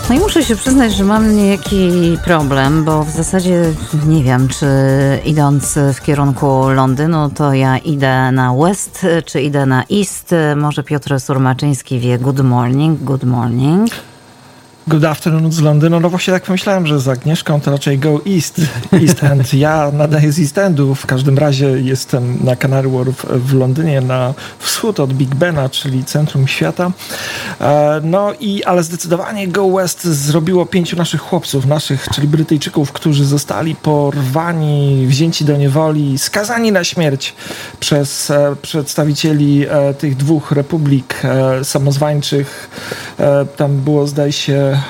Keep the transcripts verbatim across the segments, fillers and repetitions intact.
No i muszę się przyznać, że mam niejaki problem, bo w zasadzie nie wiem, czy idąc w kierunku Londynu, to ja idę na west, czy idę na east. Może Piotr Surmaczyński wie. Good morning, good morning. Good afternoon z Londynu. No właśnie tak pomyślałem, że z Agnieszką to raczej go east, East End. Ja nadaję z East Endu. W każdym razie jestem na Canary Wharf w Londynie, na wschód od Big Bena, czyli centrum świata. No i, ale zdecydowanie Go West zrobiło pięciu naszych chłopców, naszych, czyli Brytyjczyków, którzy zostali porwani, wzięci do niewoli, skazani na śmierć przez przedstawicieli tych dwóch republik samozwańczych. Tam było, zdaje się,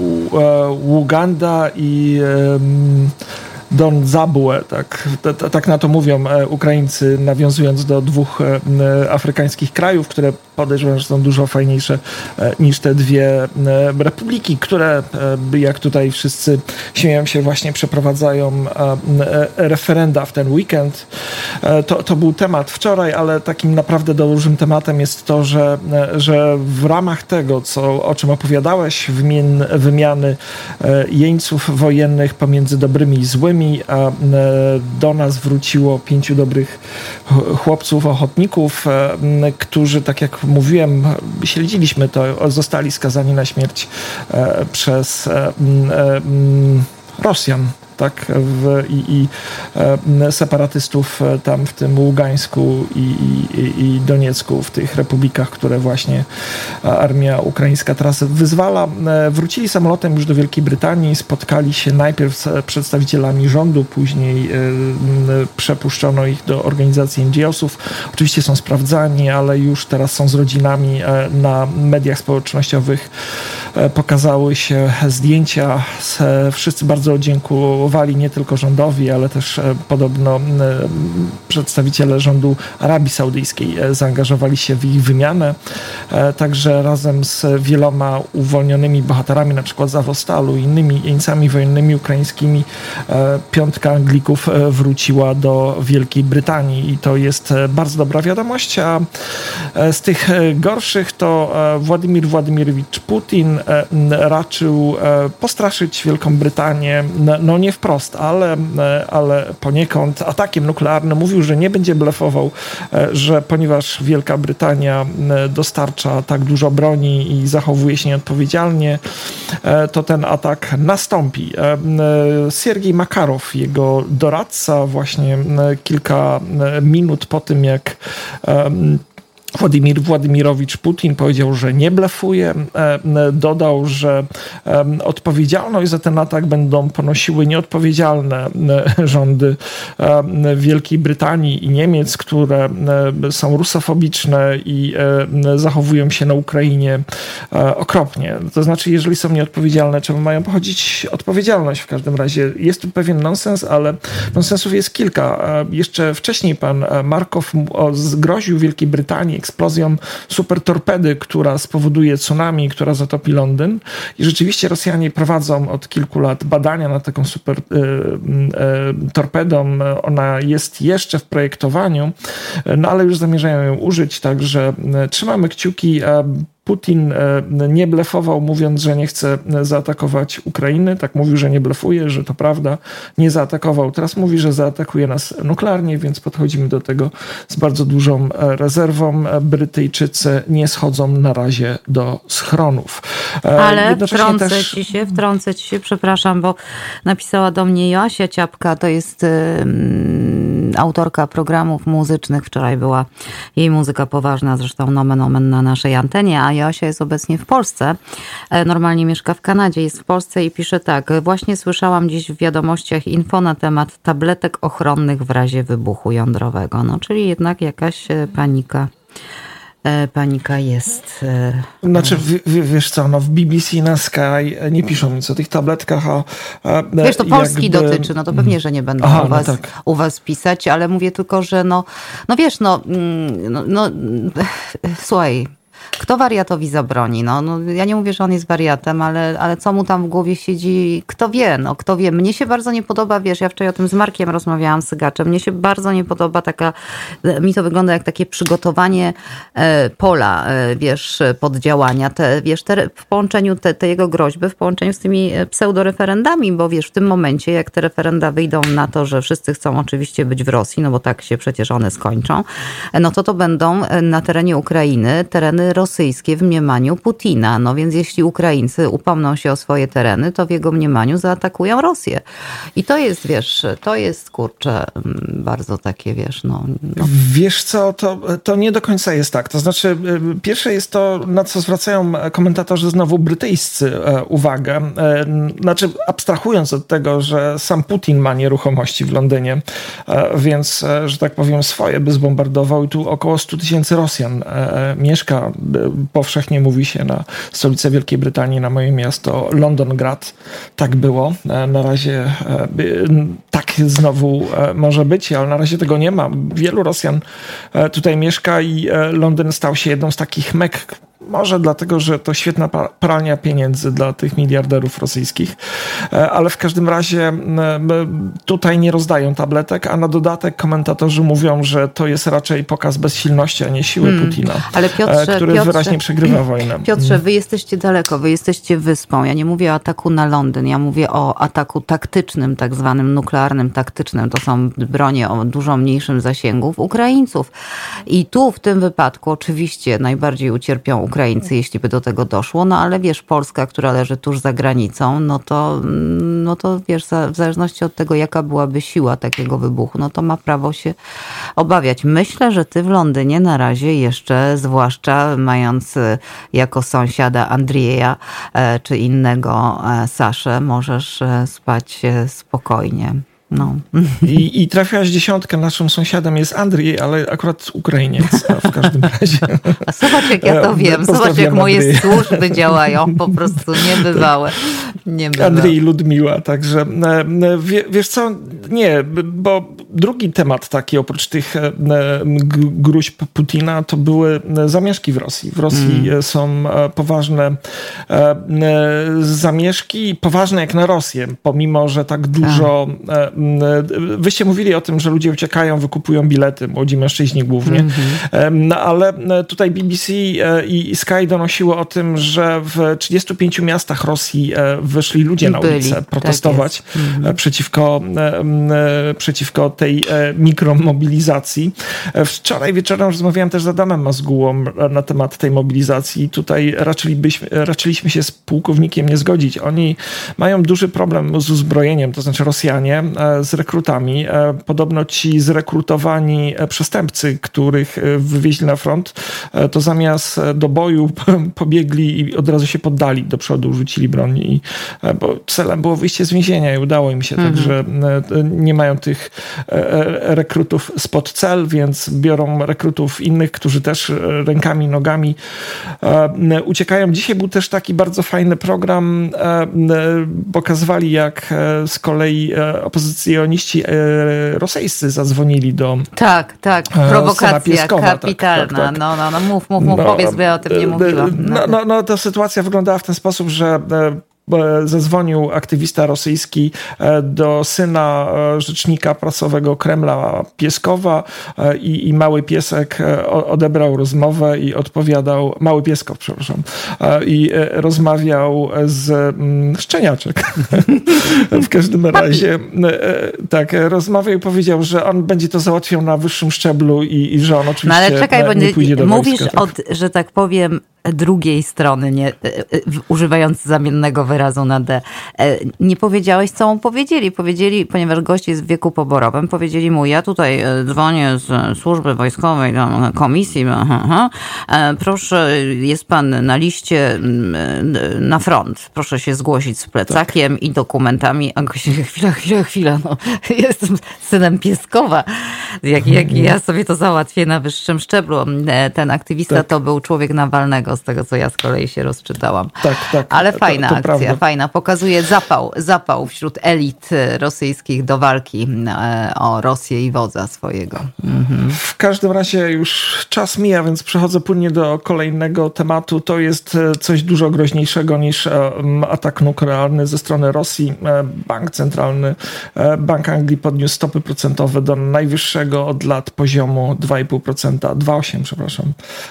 Uganda i um, Don Zabue, tak, t- tak na to mówią Ukraińcy, nawiązując do dwóch afrykańskich krajów, które podejrzewam, że są dużo fajniejsze niż te dwie republiki, które, jak tutaj wszyscy śmieją się, właśnie przeprowadzają referenda w ten weekend. To, to był temat wczoraj, ale takim naprawdę dużym tematem jest to, że, że w ramach tego, co, o czym opowiadałeś, wymian, wymiany jeńców wojennych pomiędzy dobrymi i złymi, a do nas wróciło pięciu dobrych chłopców, ochotników, którzy, tak jak mówiłem, śledziliśmy to, zostali skazani na śmierć przez Rosjan. Tak, w, i, i e, separatystów tam w tym Ługańsku i, i, i Doniecku, w tych republikach, które właśnie armia ukraińska teraz wyzwala. E, wrócili samolotem już do Wielkiej Brytanii, spotkali się najpierw z przedstawicielami rządu, później e, przepuszczono ich do organizacji N G O sów. Oczywiście są sprawdzani, ale już teraz są z rodzinami. E, na mediach społecznościowych e, pokazały się zdjęcia. E, wszyscy bardzo dziękują nie tylko rządowi, ale też e, podobno e, przedstawiciele rządu Arabii Saudyjskiej e, zaangażowali się w ich wymianę. E, także razem z wieloma uwolnionymi bohaterami, na przykład z Awostalu i innymi jeńcami wojennymi ukraińskimi, e, piątka Anglików e, wróciła do Wielkiej Brytanii i to jest e, bardzo dobra wiadomość, a e, z tych e, gorszych to e, Władimir Władimirowicz Putin e, raczył e, postraszyć Wielką Brytanię, no, no nie wprost, ale, ale poniekąd atakiem nuklearnym. Mówił, że nie będzie blefował, że ponieważ Wielka Brytania dostarcza tak dużo broni i zachowuje się nieodpowiedzialnie, to ten atak nastąpi. Siergiej Makarow, jego doradca, właśnie kilka minut po tym, jak Władimir Władimirowicz Putin powiedział, że nie blefuje. Dodał, że odpowiedzialność za ten atak będą ponosiły nieodpowiedzialne rządy Wielkiej Brytanii i Niemiec, które są rusofobiczne i zachowują się na Ukrainie okropnie. To znaczy, jeżeli są nieodpowiedzialne, czemu mają pochodzić odpowiedzialność? W każdym razie jest tu pewien nonsens, ale nonsensów jest kilka. Jeszcze wcześniej pan Markow zgroził Wielkiej Brytanii eksplozją supertorpedy, która spowoduje tsunami, która zatopi Londyn. I rzeczywiście Rosjanie prowadzą od kilku lat badania nad taką super y, y, torpedą. Ona jest jeszcze w projektowaniu, no ale już zamierzają ją użyć, także trzymamy kciuki. Putin nie blefował, mówiąc, że nie chce zaatakować Ukrainy. Tak mówił, że nie blefuje, że to prawda. Nie zaatakował. Teraz mówi, że zaatakuje nas nuklearnie, więc podchodzimy do tego z bardzo dużą rezerwą. Brytyjczycy nie schodzą na razie do schronów. Ale wtrącę też... ci się, wtrącę ci się, przepraszam, bo napisała do mnie Joasia Ciapka, to jest yy, autorka programów muzycznych. Wczoraj była jej muzyka poważna, zresztą nomen omen na naszej antenie, a Joasia jest obecnie w Polsce. Normalnie mieszka w Kanadzie, jest w Polsce i pisze tak. Właśnie słyszałam dziś w wiadomościach info na temat tabletek ochronnych w razie wybuchu jądrowego. No, czyli jednak jakaś panika. Panika jest. Znaczy, w, w, wiesz co, no w B B C na Sky nie piszą nic o tych tabletkach, a, a wiesz, to Polski jakby... dotyczy, no to pewnie, że nie będą Aha, u, was, no tak. u was pisać, ale mówię tylko, że no, no wiesz, no, no, no słuchaj, kto wariatowi zabroni? No, no, ja nie mówię, że on jest wariatem, ale, ale co mu tam w głowie siedzi, kto wie, no kto wie. Mnie się bardzo nie podoba, wiesz, ja wczoraj o tym z Markiem rozmawiałam, Sygaczem, mnie się bardzo nie podoba taka, mi to wygląda jak takie przygotowanie pola, wiesz, pod działania, te, wiesz, te, w połączeniu te, te jego groźby, w połączeniu z tymi pseudoreferendami, bo wiesz, w tym momencie, jak te referenda wyjdą na to, że wszyscy chcą oczywiście być w Rosji, no bo tak się przecież one skończą, no to to będą na terenie Ukrainy tereny rosyjskie w mniemaniu Putina. No więc jeśli Ukraińcy upomną się o swoje tereny, to w jego mniemaniu zaatakują Rosję. I to jest, wiesz, to jest, kurczę, bardzo takie, wiesz, no... no. Wiesz co, to, to nie do końca jest tak. To znaczy, pierwsze jest to, na co zwracają komentatorzy znowu brytyjscy uwagę. Znaczy, abstrahując od tego, że sam Putin ma nieruchomości w Londynie, więc, że tak powiem, swoje by zbombardował i tu około stu tysięcy Rosjan mieszka. Powszechnie mówi się na stolicę Wielkiej Brytanii, na moje miasto Londongrad. Tak było. Na razie tak znowu może być, ale na razie tego nie ma. Wielu Rosjan tutaj mieszka i Londyn stał się jedną z takich mek. Może dlatego, że to świetna pralnia pieniędzy dla tych miliarderów rosyjskich, ale w każdym razie tutaj nie rozdają tabletek, a na dodatek komentatorzy mówią, że to jest raczej pokaz bezsilności, a nie siły hmm. Putina, ale Piotrze, który Piotrze, wyraźnie przegrywa wojnę. Piotrze, wy jesteście daleko, wy jesteście wyspą. Ja nie mówię o ataku na Londyn, ja mówię o ataku taktycznym, tak zwanym nuklearnym taktycznym. To są bronie o dużo mniejszym zasięgu Ukraińców. I tu w tym wypadku oczywiście najbardziej ucierpią Ukraińcy, jeśli by do tego doszło, no ale wiesz, Polska, która leży tuż za granicą, no to, no to wiesz, w zależności od tego, jaka byłaby siła takiego wybuchu, no to ma prawo się obawiać. Myślę, że ty w Londynie na razie jeszcze, zwłaszcza mając jako sąsiada Andrieja czy innego Saszę, możesz spać spokojnie. No. I, I trafiłaś dziesiątkę. Naszym sąsiadem jest Andrzej, ale akurat Ukrainiec w każdym razie. A zobacz, jak ja to wiem. Zobacz, jak moje Andrzej. Służby działają. Po prostu niebywałe. niebywałe. Andrzej i Ludmiła. Także w, wiesz co? Nie, bo drugi temat taki oprócz tych gruźb Putina to były zamieszki w Rosji. W Rosji mm. są poważne zamieszki, poważne jak na Rosję, pomimo że tak dużo A. Wyście mówili o tym, że ludzie uciekają, wykupują bilety, młodzi mężczyźni głównie, mm-hmm. no, ale tutaj B B C i Sky donosiło o tym, że w trzydziestu pięciu miastach Rosji wyszli ludzie na ulicę Byli, protestować tak mm-hmm. przeciwko, przeciwko tej mikromobilizacji. Wczoraj wieczorem rozmawiałem też z Adamem Mazgułą na temat tej mobilizacji. Tutaj raczylibyśmy, raczyliśmy się z pułkownikiem nie zgodzić. Oni mają duży problem z uzbrojeniem, to znaczy Rosjanie, z rekrutami. Podobno ci zrekrutowani przestępcy, których wywieźli na front, to zamiast do boju pobiegli i od razu się poddali do przodu, rzucili broń, i, bo celem było wyjście z więzienia i udało im się, mhm. także nie mają tych rekrutów spod cel, więc biorą rekrutów innych, którzy też rękami, nogami uciekają. Dzisiaj był też taki bardzo fajny program, pokazywali, jak z kolei opozycjoniści rosyjscy zadzwonili do Tak, tak, prowokacja Pieskowa, kapitalna. Tak, tak, tak. No, no, no, mów, mów, mów, no, powiedz, bo ja o tym nie mówiłam. No, no, no, no to sytuacja wyglądała w ten sposób, że zadzwonił aktywista rosyjski do syna rzecznika prasowego Kremla Pieskowa i, i mały piesek odebrał rozmowę i odpowiadał, mały Pieskow, przepraszam, i rozmawiał z Szczeniaczek. W każdym razie tak, rozmawiał i powiedział, że on będzie to załatwiał na wyższym szczeblu i, i że on oczywiście no ale czekaj, nie, nie pójdzie do mówisz wojska. Mówisz od, że tak powiem, drugiej strony, nie, używając zamiennego wyrazu na D. Nie powiedziałeś, co mu powiedzieli. Powiedzieli, ponieważ gość jest w wieku poborowym, powiedzieli mu, ja tutaj dzwonię z służby wojskowej, komisji, aha, proszę, jest pan na liście na front, proszę się zgłosić z plecakiem tak. i dokumentami. A gość, chwila, chwila, chwila, no, jestem synem Pieskowa. Jak, jak ja sobie to załatwię na wyższym szczeblu. Ten aktywista tak. to był człowiek Nawalnego, żadnego, z tego co ja z kolei się rozczytałam. Tak, tak. Ale fajna to, to akcja, prawda. fajna. Pokazuje zapał, zapał wśród elit rosyjskich do walki o Rosję i wodza swojego. Mhm. W każdym razie już czas mija, więc przechodzę płynnie do kolejnego tematu. To jest coś dużo groźniejszego niż atak nuklearny ze strony Rosji. Bank Centralny, Bank Anglii podniósł stopy procentowe do najwyższego od lat poziomu dwa i pół procent, dwa przecinek osiem, przepraszam.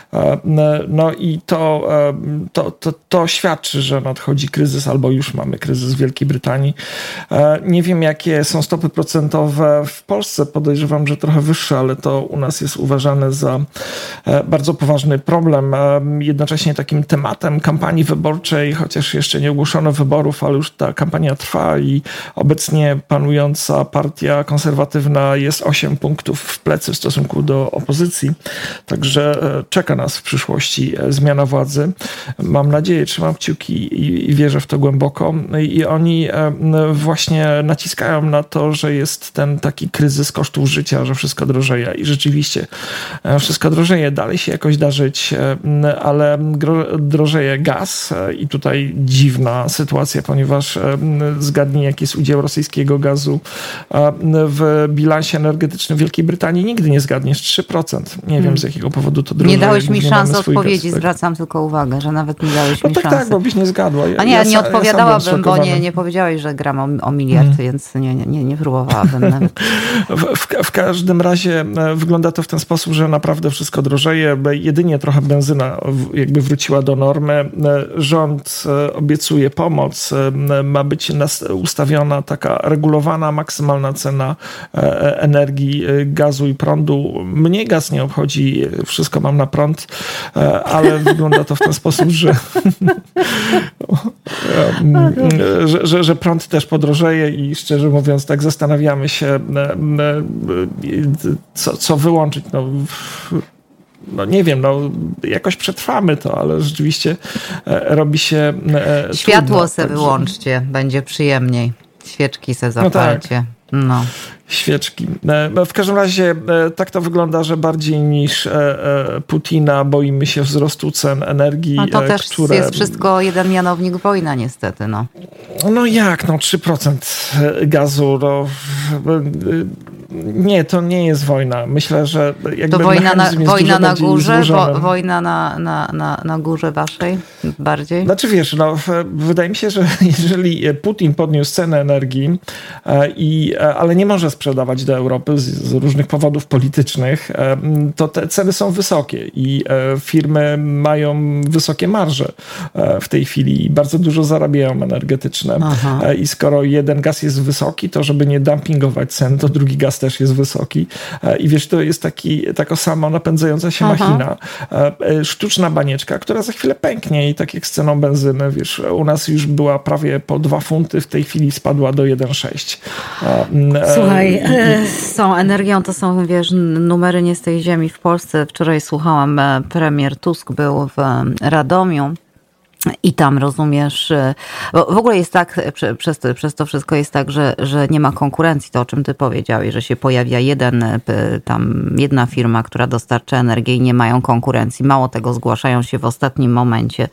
No i to, to, to, to świadczy, że nadchodzi kryzys, albo już mamy kryzys w Wielkiej Brytanii. Nie wiem, jakie są stopy procentowe w Polsce. Podejrzewam, że trochę wyższe, ale to u nas jest uważane za bardzo poważny problem. Jednocześnie takim tematem kampanii wyborczej, chociaż jeszcze nie ogłoszono wyborów, ale już ta kampania trwa i obecnie panująca partia konserwatywna jest osiem punktów w plecy w stosunku do opozycji. Także czeka nas w przyszłości zmiana władzy. Mam nadzieję, trzymam kciuki i wierzę w to głęboko. I oni właśnie naciskają na to, że jest ten taki kryzys kosztów życia, że wszystko drożeje. I rzeczywiście wszystko drożeje. Dalej się jakoś da żyć, ale drożeje gaz. I tutaj dziwna sytuacja, ponieważ zgadnij, jaki jest udział rosyjskiego gazu w bilansie energetycznym Wielkiej Brytanii. Nigdy nie zgadniesz. trzy procent. Nie hmm. wiem, z jakiego powodu to drożeje. Nie dałeś mi szansy odpowiedzi. Zwracam tylko uwagę, że nawet nie dałeś no mi tak, szansy. Tak, bo byś nie zgadła. Ja, A nie, ja, nie ja odpowiadałabym, bo nie, nie powiedziałeś, że gram o, o miliard, hmm. więc nie, nie, nie próbowałabym nawet. W, w, w każdym razie wygląda to w ten sposób, że naprawdę wszystko drożeje. Jedynie trochę benzyna jakby wróciła do normy. Rząd obiecuje pomoc. Ma być ustawiona taka regulowana, maksymalna cena energii, gazu i prądu. Mnie gaz nie obchodzi, wszystko mam na prąd, ale wygląda to w ten sposób, że, że, że, że prąd też podrożeje i szczerze mówiąc tak zastanawiamy się, co, co wyłączyć. No, no nie wiem, no jakoś przetrwamy to, ale rzeczywiście robi się Światło trudno, se także... wyłączcie, będzie przyjemniej. Świeczki se zapalcie. No, tak. no. Świeczki. W każdym razie tak to wygląda, że bardziej niż Putina boimy się wzrostu cen energii. No to też które... jest wszystko jeden mianownik wojna niestety. No, no jak? No trzy procent gazu. No, nie, to nie jest wojna. Myślę, że jakby to wojna na, wojna na górze, wo, wojna na, na, na, na górze waszej bardziej? Znaczy wiesz, no, wydaje mi się, że jeżeli Putin podniósł cenę energii, i, ale nie może sprzedawać do Europy z, z różnych powodów politycznych, to te ceny są wysokie i firmy mają wysokie marże w tej chwili i bardzo dużo zarabiają energetyczne. Aha. I skoro jeden gaz jest wysoki, to żeby nie dumpingować cen, to drugi gaz też jest wysoki. I wiesz, to jest taki, taka sama napędzająca się Aha. machina. Sztuczna banieczka, która za chwilę pęknie i tak jak z ceną benzyny, wiesz, u nas już była prawie po dwa funty, w tej chwili spadła do jeden przecinek sześć. Słuchaj, z tą energią to są, wiesz, numery nie z tej ziemi. W Polsce wczoraj słuchałam, premier Tusk był w Radomiu. I tam rozumiesz, w ogóle jest tak, przez to, przez to wszystko jest tak, że, że nie ma konkurencji, to o czym ty powiedziałeś, że się pojawia jeden, tam jedna firma, która dostarcza energię i nie mają konkurencji. Mało tego, zgłaszają się w ostatnim momencie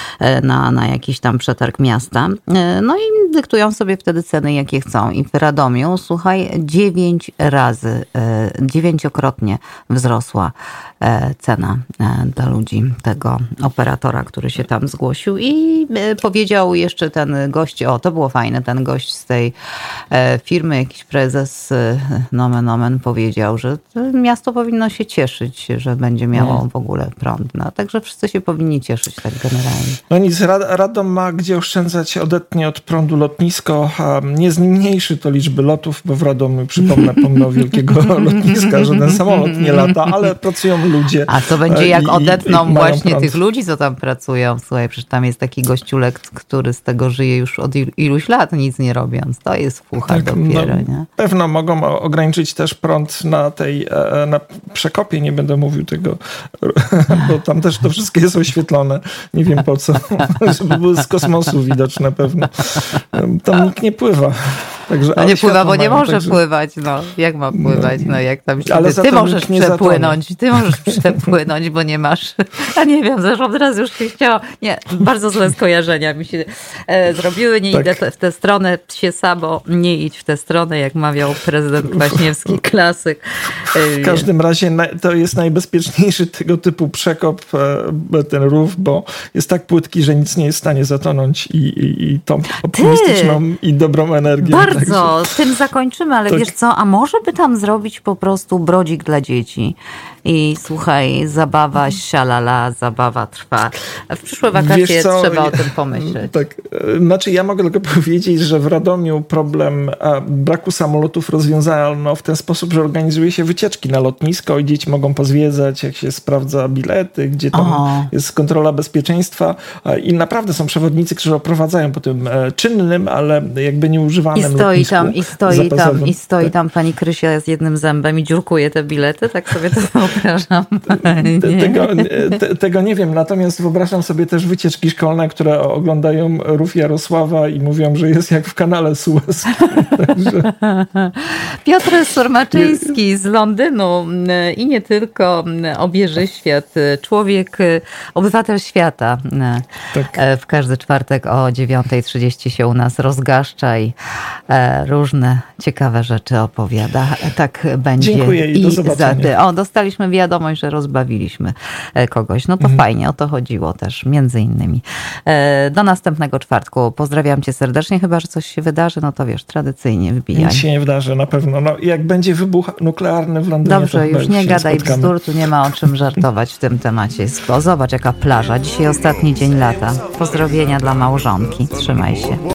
na, na jakiś tam przetarg miasta. No i dyktują sobie wtedy ceny, jakie chcą. I w Radomiu, słuchaj, dziewięć razy, dziewięciokrotnie wzrosła cena dla ludzi tego operatora, który się tam zgłosił. I powiedział jeszcze ten gość, o to było fajne, ten gość z tej firmy, jakiś prezes, nomen omen, powiedział, że miasto powinno się cieszyć, że będzie miało w ogóle prąd. No, także wszyscy się powinni cieszyć tak generalnie. No nic, Radom ma gdzie oszczędzać, odetnie od prądu lotnisko, a nie zmniejszy to liczby lotów, bo w Radomiu, przypomnę, pomimo wielkiego lotniska, żaden samolot nie lata, ale pracują ludzie. A co będzie, jak i, odetną i właśnie prąd. tych ludzi, co tam pracują? Słuchaj, przecież tam jest taki gościulek, który z tego żyje już od iluś lat, nic nie robiąc. To jest fucha tak, dopiero, no, nie? Pewno mogą ograniczyć też prąd na tej, na przekopie, nie będę mówił tego, bo tam też to wszystko jest oświetlone. Nie wiem po co, żeby były z kosmosu widoczne pewno. Tam nikt nie pływa. Także, no nie pływa, bo mają, nie może także... pływać. No, jak ma pływać? No, jak tam się... Ale ty możesz przepłynąć, ty możesz przepłynąć, bo nie masz... A nie wiem, zresztą teraz już się chciałam... Nie, bardzo złe skojarzenia mi się e, zrobiły. Nie tak. idę w tę stronę, psie Sabo, nie idź w tę stronę, jak mawiał prezydent Kwaśniewski, klasyk. W każdym razie to jest najbezpieczniejszy tego typu przekop, ten rów, bo jest tak płytki, że nic nie jest w stanie zatonąć i, i, i tą optymistyczną Ty, i dobrą energię. Bardzo, także... tym zakończymy, ale tak. wiesz co, a może by tam zrobić po prostu brodzik dla dzieci i słuchaj, zabawa, sialala, zabawa trwa. W przyszłe wakacje trzeba o tym pomyśleć. Tak, znaczy ja mogę tylko powiedzieć, że w Radomiu problem braku samolotów rozwiązano w ten sposób, że organizuje się wycieczki na lotnisko i dzieci mogą pozwiedzać, jak się sprawdza bilety, gdzie tam Aha. jest kontrola bezpieczeństwa i naprawdę są przewodnicy, którzy oprowadzają po tym czynnym, ale jakby nieużywanym I stoi tam, i stoi tam, i stoi tak. tam pani Krysia z jednym zębem i dziurkuje te bilety, tak sobie to wyobrażam. tego, te, tego nie wiem, natomiast wyobrażam sobie też wycieczki szkolne, które oglądają rów Jarosława i mówią, że jest jak w kanale Suez. Także... Piotr Surmaczyński z Londynu i nie tylko obieży świat. Człowiek, obywatel świata. Tak. W każdy czwartek o dziewiąta trzydzieści się u nas rozgaszcza i różne ciekawe rzeczy opowiada. Tak będzie. Dziękuję i do zobaczenia. O, dostaliśmy wiadomość, że rozbawiliśmy kogoś. No to mhm. fajnie, o to chodziło też, między innymi. Do następnego czwartku. Pozdrawiam cię serdecznie, chyba że coś się wydarzy, no to wiesz, tradycyjnie wybijaj. Nic się nie wydarzy, na pewno. No, jak będzie wybuch nuklearny w Londynie, Dobrze, to już nie gadaj spotkamy. bzdur, tu nie ma o czym żartować w tym temacie. O, zobacz, jaka plaża. Dzisiaj ostatni dzień lata. Pozdrowienia dla małżonki. Trzymaj się.